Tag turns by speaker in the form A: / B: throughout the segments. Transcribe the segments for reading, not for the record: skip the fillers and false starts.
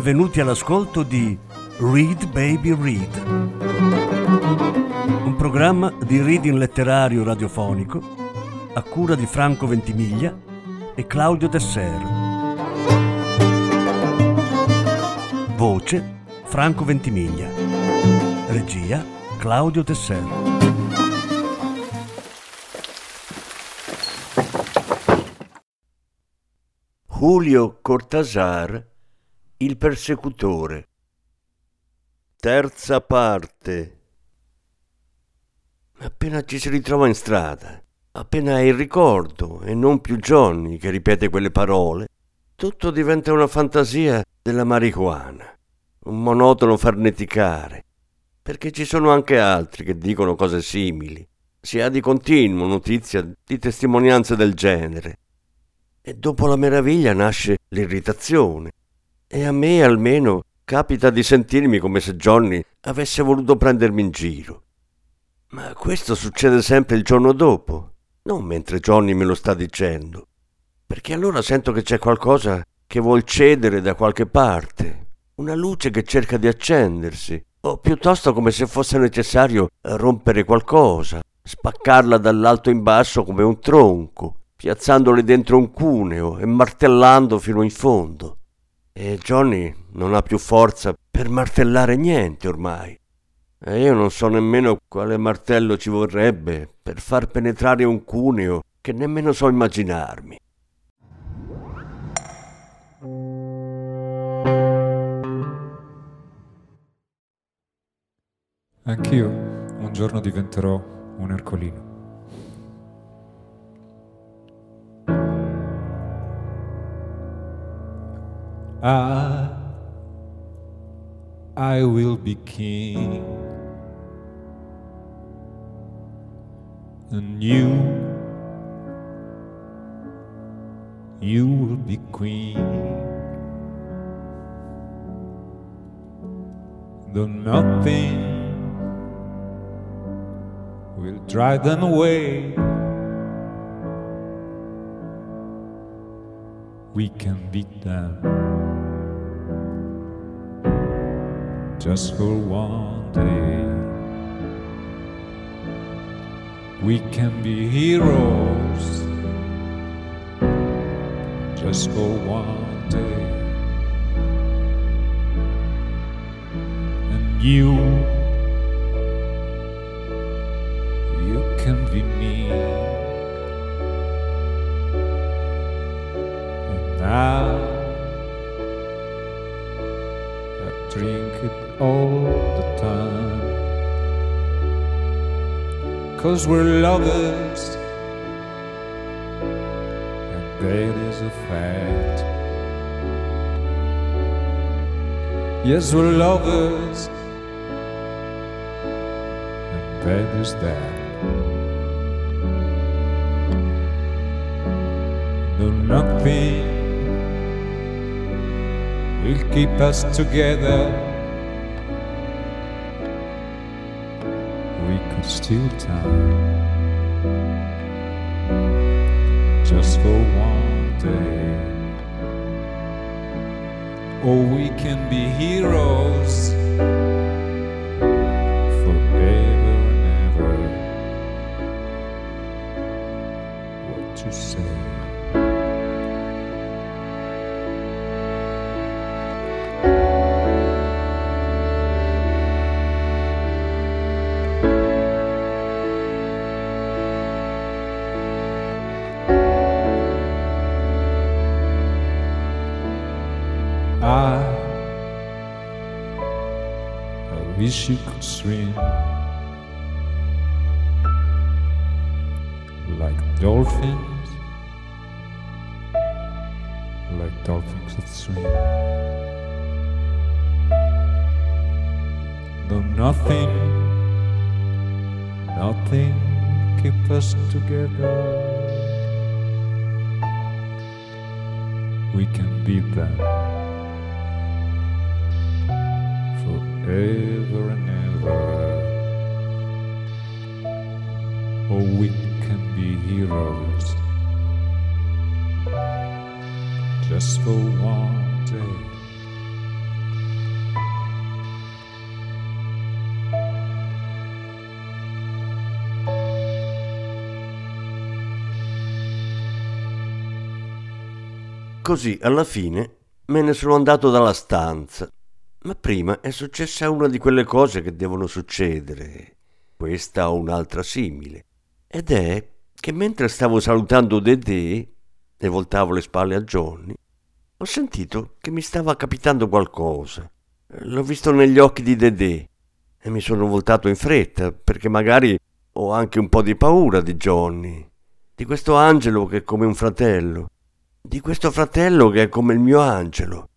A: benvenuti all'ascolto di Read Baby Read, un programma di reading letterario radiofonico a cura di Franco Ventimiglia e Claudio Desser. Voce Franco Ventimiglia. Regia Claudio Desser. Julio Cortázar, il persecutore. Terza parte. Appena ci si ritrova in strada, appena è il ricordo e non più Johnny che ripete quelle parole, tutto diventa una fantasia della marijuana, un monotono farneticare, perché ci sono anche altri che dicono cose simili. Si ha di continuo notizia di testimonianze del genere. E dopo la meraviglia nasce l'irritazione. E a me almeno capita di sentirmi come se Johnny avesse voluto prendermi in giro. Ma questo succede sempre il giorno dopo, non mentre Johnny me lo sta dicendo, perché allora sento che c'è qualcosa che vuol cedere da qualche parte, una luce che cerca di accendersi, o piuttosto come se fosse necessario rompere qualcosa, spaccarla dall'alto in basso come un tronco, piazzandoli dentro un cuneo e martellando fino in fondo. E Johnny non ha più forza per martellare niente ormai. E io non so nemmeno quale martello ci vorrebbe per far penetrare un cuneo che nemmeno so immaginarmi.
B: Anch'io un giorno diventerò un ercolino. I will be king, and you will be queen. Though nothing will drive them away, we can beat them just for one day. We can be heroes just for one day. And you can be me. And now I drink it all the time, 'cause we're lovers, and that is a fact. Yes, we're lovers, and that is that. No, nothing will keep us together. We could steal time just for one day. Or we can be heroes forever and ever. What you say? I wish you could swim like dolphins that swim. Though nothing keep us together, we can beat them forever and ever. Or we can be heroes just for one day.
A: così, alla fine, me ne sono andato dalla stanza. Ma prima è successa una di quelle cose che devono succedere, questa o un'altra simile, ed è che mentre stavo salutando Dedè e voltavo le spalle a Johnny, ho sentito che mi stava capitando qualcosa. L'ho visto negli occhi di Dedè e mi sono voltato in fretta perché magari ho anche un po' di paura di Johnny, di questo angelo che è come un fratello, di questo fratello che è come il mio angelo.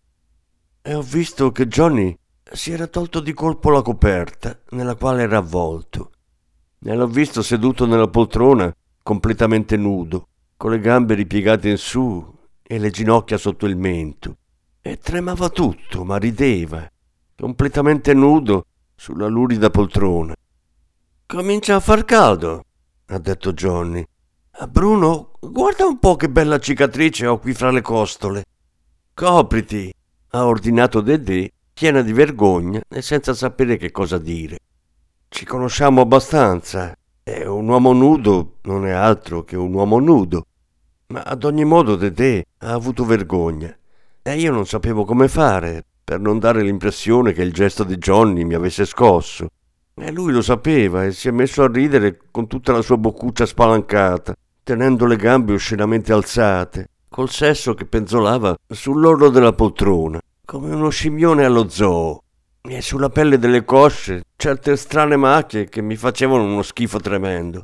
A: E ho visto che Johnny si era tolto di colpo la coperta nella quale era avvolto e l'ho visto seduto nella poltrona completamente nudo, con le gambe ripiegate in su e le ginocchia sotto il mento, e tremava tutto, ma rideva, completamente nudo sulla lurida poltrona. «Comincia a far caldo», ha detto Johnny. «Bruno, guarda un po' che bella cicatrice ho qui fra le costole». «Copriti», ha ordinato Dedè, piena di vergogna e senza sapere che cosa dire. «Ci conosciamo abbastanza e un uomo nudo non è altro che un uomo nudo». Ma ad ogni modo Dedè ha avuto vergogna e io non sapevo come fare per non dare l'impressione che il gesto di Johnny mi avesse scosso. E lui lo sapeva e si è messo a ridere con tutta la sua boccuccia spalancata, tenendo le gambe oscenamente alzate, col sesso che penzolava sull'orlo della poltrona, come uno scimmione allo zoo, e sulla pelle delle cosce certe strane macchie che mi facevano uno schifo tremendo.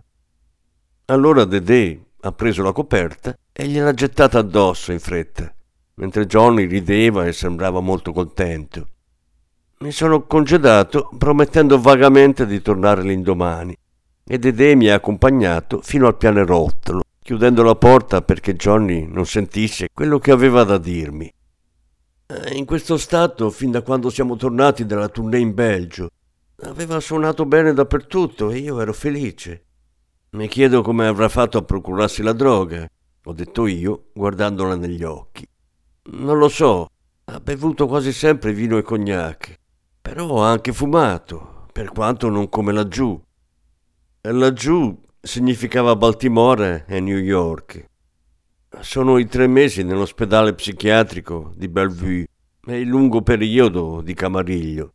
A: Allora Dedè ha preso la coperta e gliel'ha gettata addosso in fretta, mentre Johnny rideva e sembrava molto contento. Mi sono congedato promettendo vagamente di tornare l'indomani e Dedè mi ha accompagnato fino al pianerottolo, chiudendo la porta perché Johnny non sentisse quello che aveva da dirmi. In questo stato fin da quando siamo tornati dalla tournée in Belgio. Aveva suonato bene dappertutto e io ero felice. Mi chiedo come avrà fatto a procurarsi la droga, ho detto io, guardandola negli occhi. Non lo so, ha bevuto quasi sempre vino e cognac, però ha anche fumato, per quanto non come laggiù. E laggiù significava Baltimora e New York. Sono i 3 mesi nell'ospedale psichiatrico di Bellevue e il lungo periodo di Camarillo.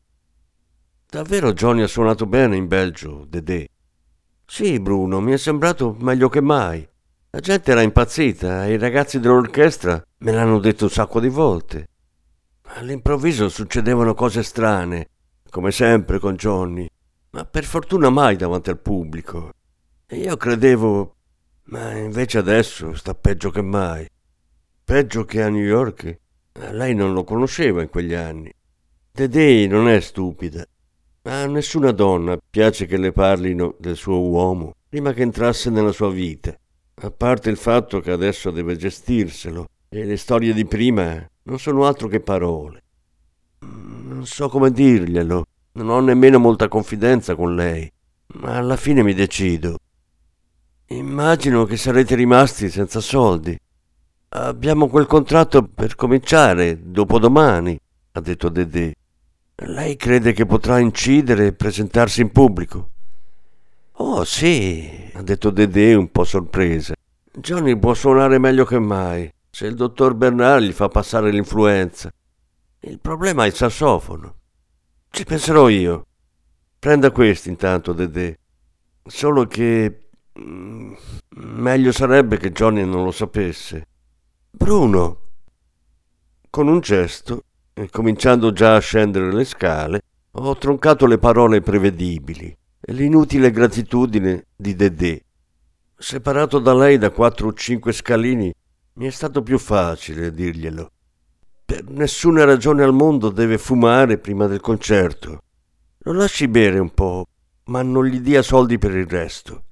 A: Davvero Johnny ha suonato bene in Belgio, Dedè? Sì, Bruno, mi è sembrato meglio che mai. La gente era impazzita e i ragazzi dell'orchestra me l'hanno detto un sacco di volte. All'improvviso succedevano cose strane, come sempre con Johnny, ma per fortuna mai davanti al pubblico. E io credevo, ma invece adesso sta peggio che mai. Peggio che a New York? Lei non lo conosceva in quegli anni. Dedè non è stupida. A nessuna donna piace che le parlino del suo uomo prima che entrasse nella sua vita, a parte il fatto che adesso deve gestirselo e le storie di prima non sono altro che parole. Non so come dirglielo, non ho nemmeno molta confidenza con lei, ma alla fine mi decido. Immagino che sarete rimasti senza soldi. Abbiamo quel contratto per cominciare dopodomani, ha detto Dedè. Lei crede che potrà incidere e presentarsi in pubblico? Oh sì, ha detto Dedè un po' sorpresa. Johnny può suonare meglio che mai, se il dottor Bernard gli fa passare l'influenza. Il problema è il sassofono. Ci penserò io. Prenda questi intanto, Dedè. Solo che meglio sarebbe che Johnny non lo sapesse. Bruno. Con un gesto, e cominciando già a scendere le scale, ho troncato le parole prevedibili e l'inutile gratitudine di Dedè. Separato da lei da 4 o 5 scalini, mi è stato più facile dirglielo. Per nessuna ragione al mondo deve fumare prima del concerto. Lo lasci bere un po', ma non gli dia soldi per il resto.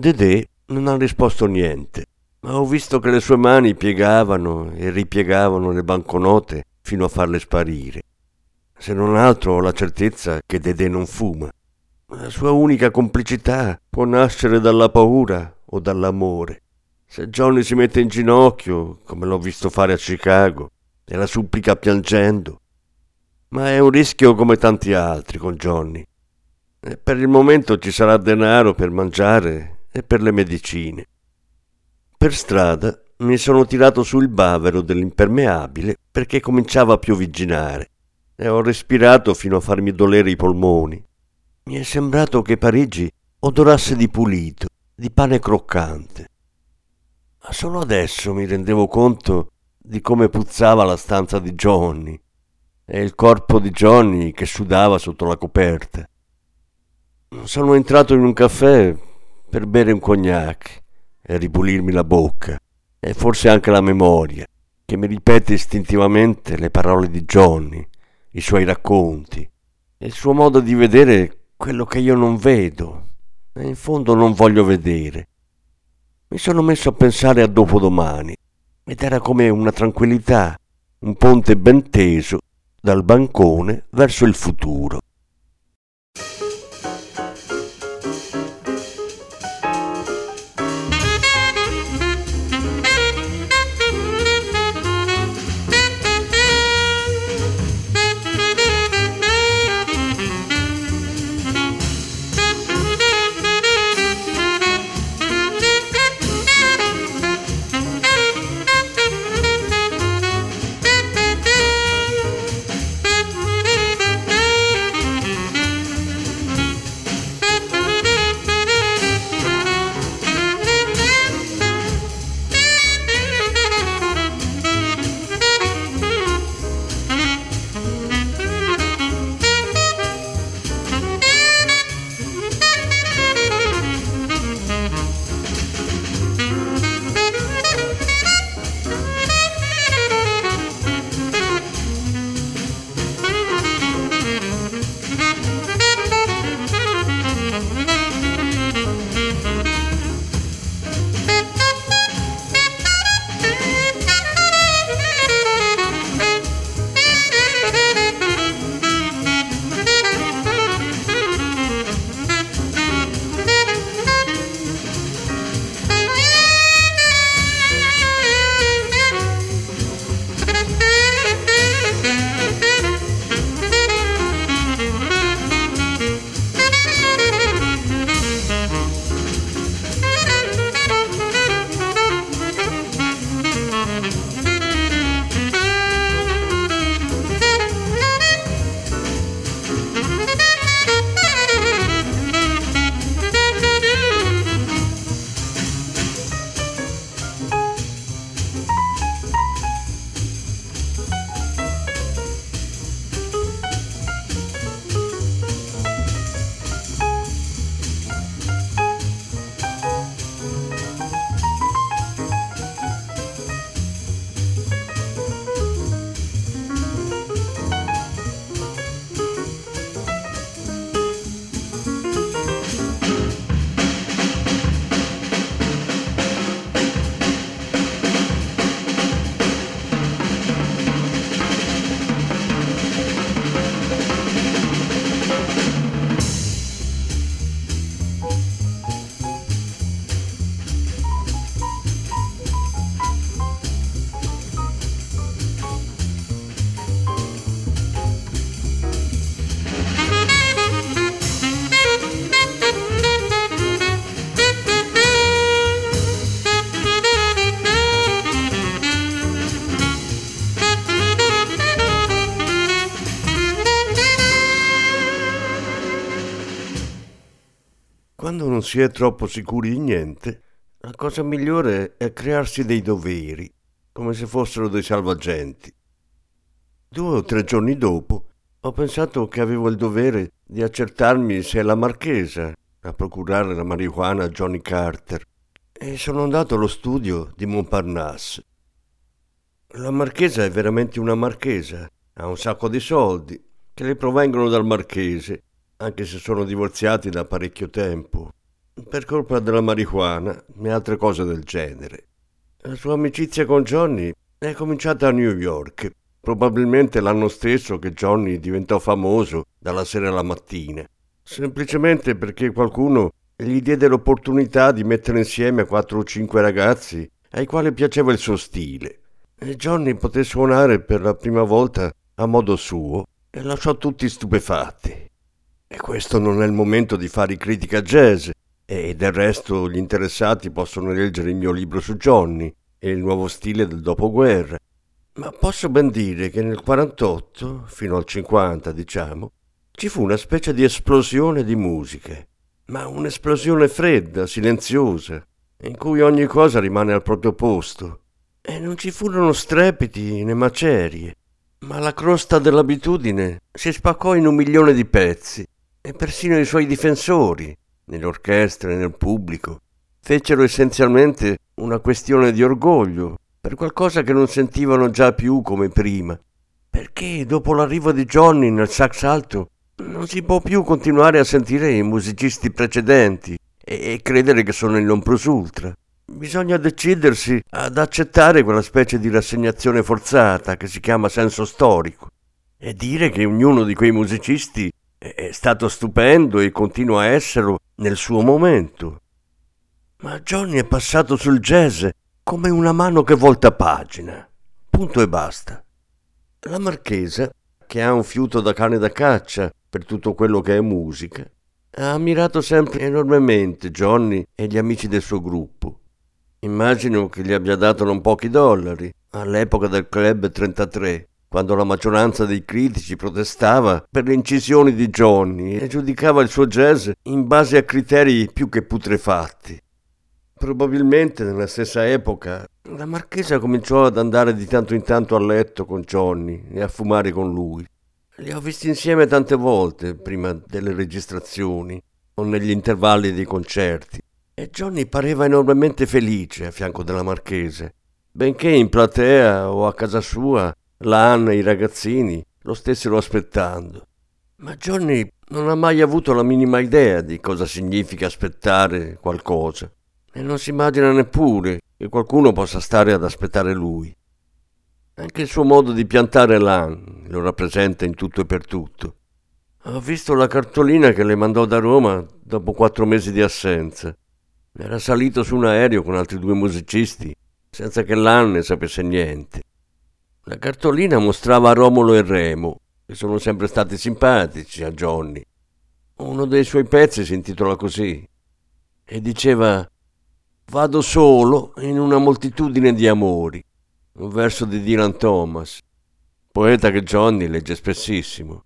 A: Dedè non ha risposto niente, ma ho visto che le sue mani piegavano e ripiegavano le banconote fino a farle sparire. Se non altro ho la certezza che Dedè non fuma. La sua unica complicità può nascere dalla paura o dall'amore. Se Johnny si mette in ginocchio, come l'ho visto fare a Chicago, e la supplica piangendo. Ma è un rischio come tanti altri con Johnny. E per il momento ci sarà denaro per mangiare e per le medicine. Per strada mi sono tirato sul bavero dell'impermeabile perché cominciava a piovigginare e ho respirato fino a farmi dolere i polmoni. Mi è sembrato che Parigi odorasse di pulito, di pane croccante. Ma solo adesso mi rendevo conto di come puzzava la stanza di Johnny e il corpo di Johnny che sudava sotto la coperta. Sono entrato in un caffè per bere un cognac e ripulirmi la bocca e forse anche la memoria, che mi ripete istintivamente le parole di Johnny, i suoi racconti e il suo modo di vedere quello che io non vedo e in fondo non voglio vedere. Mi sono messo a pensare a dopodomani ed era come una tranquillità, un ponte ben teso dal bancone verso il futuro. Quando non si è troppo sicuri di niente, la cosa migliore è crearsi dei doveri, come se fossero dei salvagenti. 2 o 3 giorni dopo ho pensato che avevo il dovere di accertarmi se è la marchesa a procurare la marijuana a Johnny Carter e sono andato allo studio di Montparnasse. La marchesa è veramente una marchesa, ha un sacco di soldi che le provengono dal marchese, anche se sono divorziati da parecchio tempo. per colpa della marijuana e altre cose del genere. La sua amicizia con Johnny è cominciata a New York, probabilmente l'anno stesso che Johnny diventò famoso dalla sera alla mattina, semplicemente perché qualcuno gli diede l'opportunità di mettere insieme 4 o 5 ragazzi ai quali piaceva il suo stile. E Johnny poté suonare per la prima volta a modo suo e lasciò tutti stupefatti. E questo non è il momento di fare critica jazz, e del resto gli interessati possono leggere il mio libro su Johnny e il nuovo stile del dopoguerra. Ma posso ben dire che nel 48, fino al 50 diciamo, ci fu una specie di esplosione di musiche, ma un'esplosione fredda, silenziosa, in cui ogni cosa rimane al proprio posto. E non ci furono strepiti né macerie, ma la crosta dell'abitudine si spaccò in 1 milione di pezzi e persino i suoi difensori, nell'orchestra e nel pubblico, fecero essenzialmente una questione di orgoglio per qualcosa che non sentivano già più come prima, perché dopo l'arrivo di Johnny nel sax alto non si può più continuare a sentire i musicisti precedenti e credere che sono il non plus ultra. Bisogna decidersi ad accettare quella specie di rassegnazione forzata che si chiama senso storico e dire che ognuno di quei musicisti è stato stupendo e continua a esserlo nel suo momento. Ma Johnny è passato sul jazz come una mano che volta pagina. Punto e basta. La Marchesa, che ha un fiuto da cane da caccia per tutto quello che è musica, ha ammirato sempre enormemente Johnny e gli amici del suo gruppo. Immagino che gli abbia dato non pochi dollari all'epoca del Club 33, quando la maggioranza dei critici protestava per le incisioni di Johnny e giudicava il suo jazz in base a criteri più che putrefatti. Probabilmente nella stessa epoca la Marchesa cominciò ad andare di tanto in tanto a letto con Johnny e a fumare con lui. Li ho visti insieme tante volte prima delle registrazioni o negli intervalli dei concerti e Johnny pareva enormemente felice a fianco della Marchesa, benché in platea o a casa sua l'Anna e i ragazzini lo stessero aspettando. Ma Johnny non ha mai avuto la minima idea di cosa significa aspettare qualcosa e non si immagina neppure che qualcuno possa stare ad aspettare lui. Anche il suo modo di piantare l'Ann lo rappresenta in tutto e per tutto. Ho visto la cartolina che le mandò da Roma dopo 4 mesi di assenza. Era salito su un aereo con altri 2 musicisti senza che l'Ann ne sapesse niente. La cartolina mostrava Romolo e Remo, che sono sempre stati simpatici a Johnny. Uno dei suoi pezzi si intitola così e diceva: «Vado solo in una moltitudine di amori», un verso di Dylan Thomas, poeta che Johnny legge spessissimo.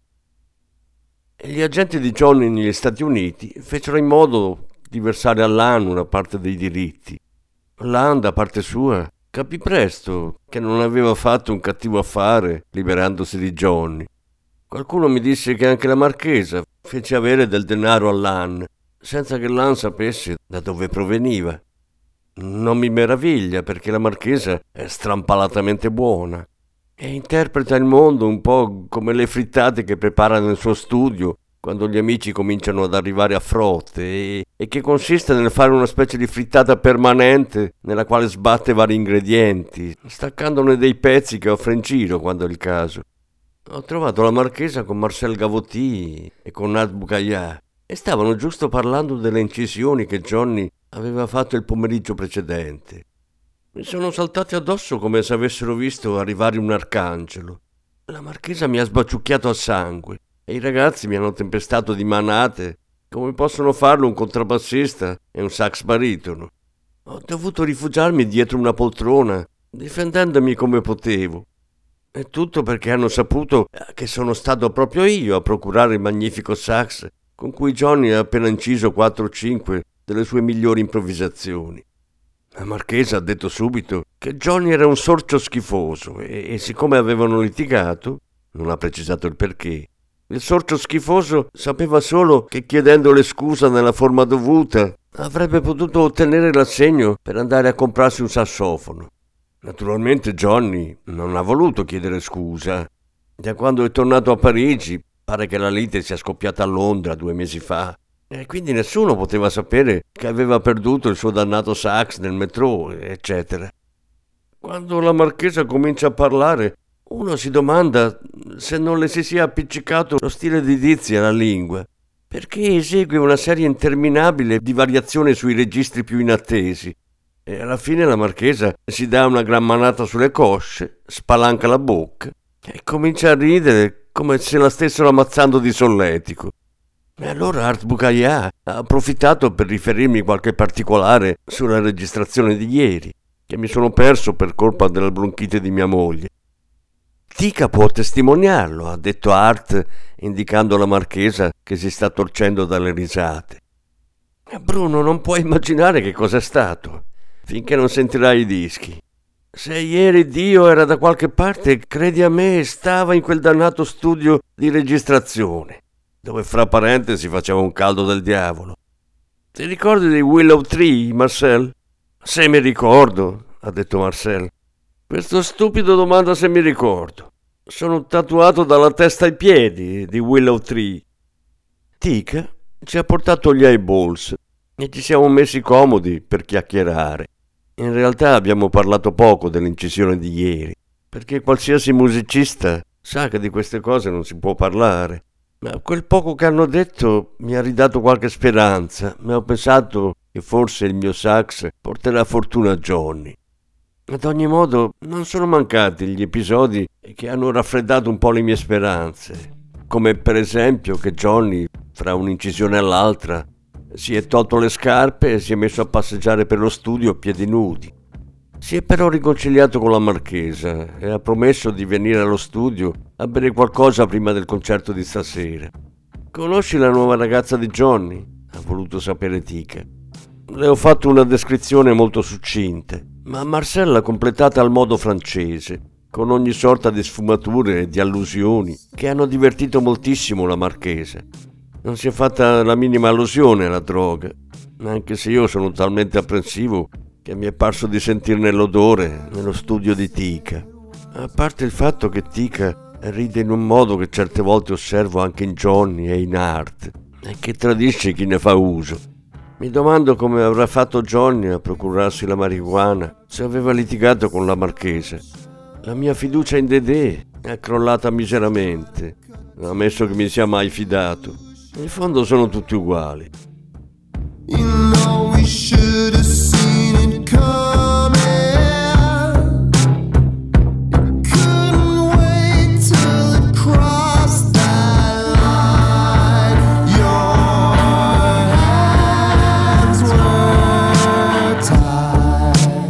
A: E gli agenti di Johnny negli Stati Uniti fecero in modo di versare all'Ann una parte dei diritti. L'Ann, da parte sua, capì presto che non aveva fatto un cattivo affare liberandosi di Johnny. Qualcuno mi disse che anche la Marchesa fece avere del denaro all'Ann, senza che l'Ann sapesse da dove proveniva. Non mi meraviglia, perché la Marchesa è strampalatamente buona e interpreta il mondo un po' come le frittate che prepara nel suo studio quando gli amici cominciano ad arrivare a frotte e che consiste nel fare una specie di frittata permanente nella quale sbatte vari ingredienti, staccandone dei pezzi che offre in giro quando è il caso. Ho trovato la Marchesa con Marcel Gavotti e con Nat Bucayà e stavano giusto parlando delle incisioni che Johnny aveva fatto il pomeriggio precedente. Mi sono saltati addosso come se avessero visto arrivare un arcangelo. La Marchesa mi ha sbaciucchiato a sangue e i ragazzi mi hanno tempestato di manate come possono farlo un contrabbassista e un sax baritono. Ho dovuto rifugiarmi dietro una poltrona, difendendomi come potevo. E tutto perché hanno saputo che sono stato proprio io a procurare il magnifico sax con cui Johnny ha appena inciso 4 o 5 delle sue migliori improvvisazioni. La Marchesa ha detto subito che Johnny era un sorcio schifoso e siccome avevano litigato, non ha precisato il perché, il sorcio schifoso sapeva solo che chiedendole scusa nella forma dovuta avrebbe potuto ottenere l'assegno per andare a comprarsi un sassofono. Naturalmente Johnny non ha voluto chiedere scusa. Da quando è tornato a Parigi pare che la lite sia scoppiata a Londra 2 mesi fa E quindi nessuno poteva sapere che aveva perduto il suo dannato sax nel metro, eccetera. Quando la marchesa comincia a parlare, uno si domanda se non le si sia appiccicato lo stile di Dizzy alla lingua, perché esegue una serie interminabile di variazioni sui registri più inattesi. E alla fine la marchesa si dà una gran manata sulle cosce, spalanca la bocca e comincia a ridere come se la stessero ammazzando di solletico. E allora Art Bucaya ha approfittato per riferirmi qualche particolare sulla registrazione di ieri, che mi sono perso per colpa della bronchite di mia moglie. Tica può testimoniarlo, ha detto Art, indicando la marchesa che si sta torcendo dalle risate. Bruno, non puoi immaginare che cos'è stato, finché non sentirai i dischi. Se ieri Dio era da qualche parte, credi a me, stava in quel dannato studio di registrazione, dove fra parentesi faceva un caldo del diavolo. Ti ricordi di Willow Tree, Marcel? Se mi ricordo, ha detto Marcel. Questo stupido domanda se mi ricordo. Sono tatuato dalla testa ai piedi di Willow Tree. Tica ci ha portato gli eyeballs e ci siamo messi comodi per chiacchierare. In realtà abbiamo parlato poco dell'incisione di ieri, perché qualsiasi musicista sa che di queste cose non si può parlare. Ma quel poco che hanno detto mi ha ridato qualche speranza. Mi ho pensato che forse il mio sax porterà fortuna a Johnny. Ad ogni modo, non sono mancati gli episodi che hanno raffreddato un po' le mie speranze, come per esempio che Johnny, fra un'incisione all'altra, si è tolto le scarpe e si è messo a passeggiare per lo studio a piedi nudi. Si è però riconciliato con la marchesa e ha promesso di venire allo studio a bere qualcosa prima del concerto di stasera. Conosci la nuova ragazza di Johnny? Ha voluto sapere Tica. Le ho fatto una descrizione molto succinta, ma Marcel l'ha completata al modo francese, con ogni sorta di sfumature e di allusioni che hanno divertito moltissimo la marchesa. Non si è fatta la minima allusione alla droga, anche se io sono talmente apprensivo che mi è parso di sentirne l'odore nello studio di Tica. A parte il fatto che Tica ride in un modo che certe volte osservo anche in Johnny e in Art, e che tradisce chi ne fa uso. Mi domando come avrà fatto Johnny a procurarsi la marijuana se aveva litigato con la marchesa. La mia fiducia in Dedè è crollata miseramente, ammesso che mi sia mai fidato. In fondo sono tutti uguali.
C: You know we should have seen it coming. Couldn't wait till it crossed that line. Your hands were tied.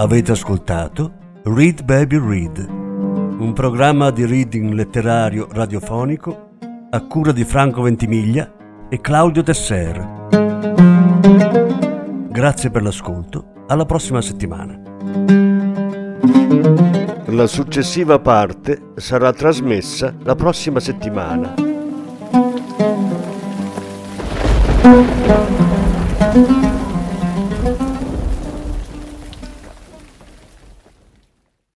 D: Avete ascoltato Read Baby Read, un programma di reading letterario radiofonico a cura di Franco Ventimiglia e Claudio Tesser. Grazie per l'ascolto, alla prossima settimana.
A: La successiva parte sarà trasmessa la prossima settimana.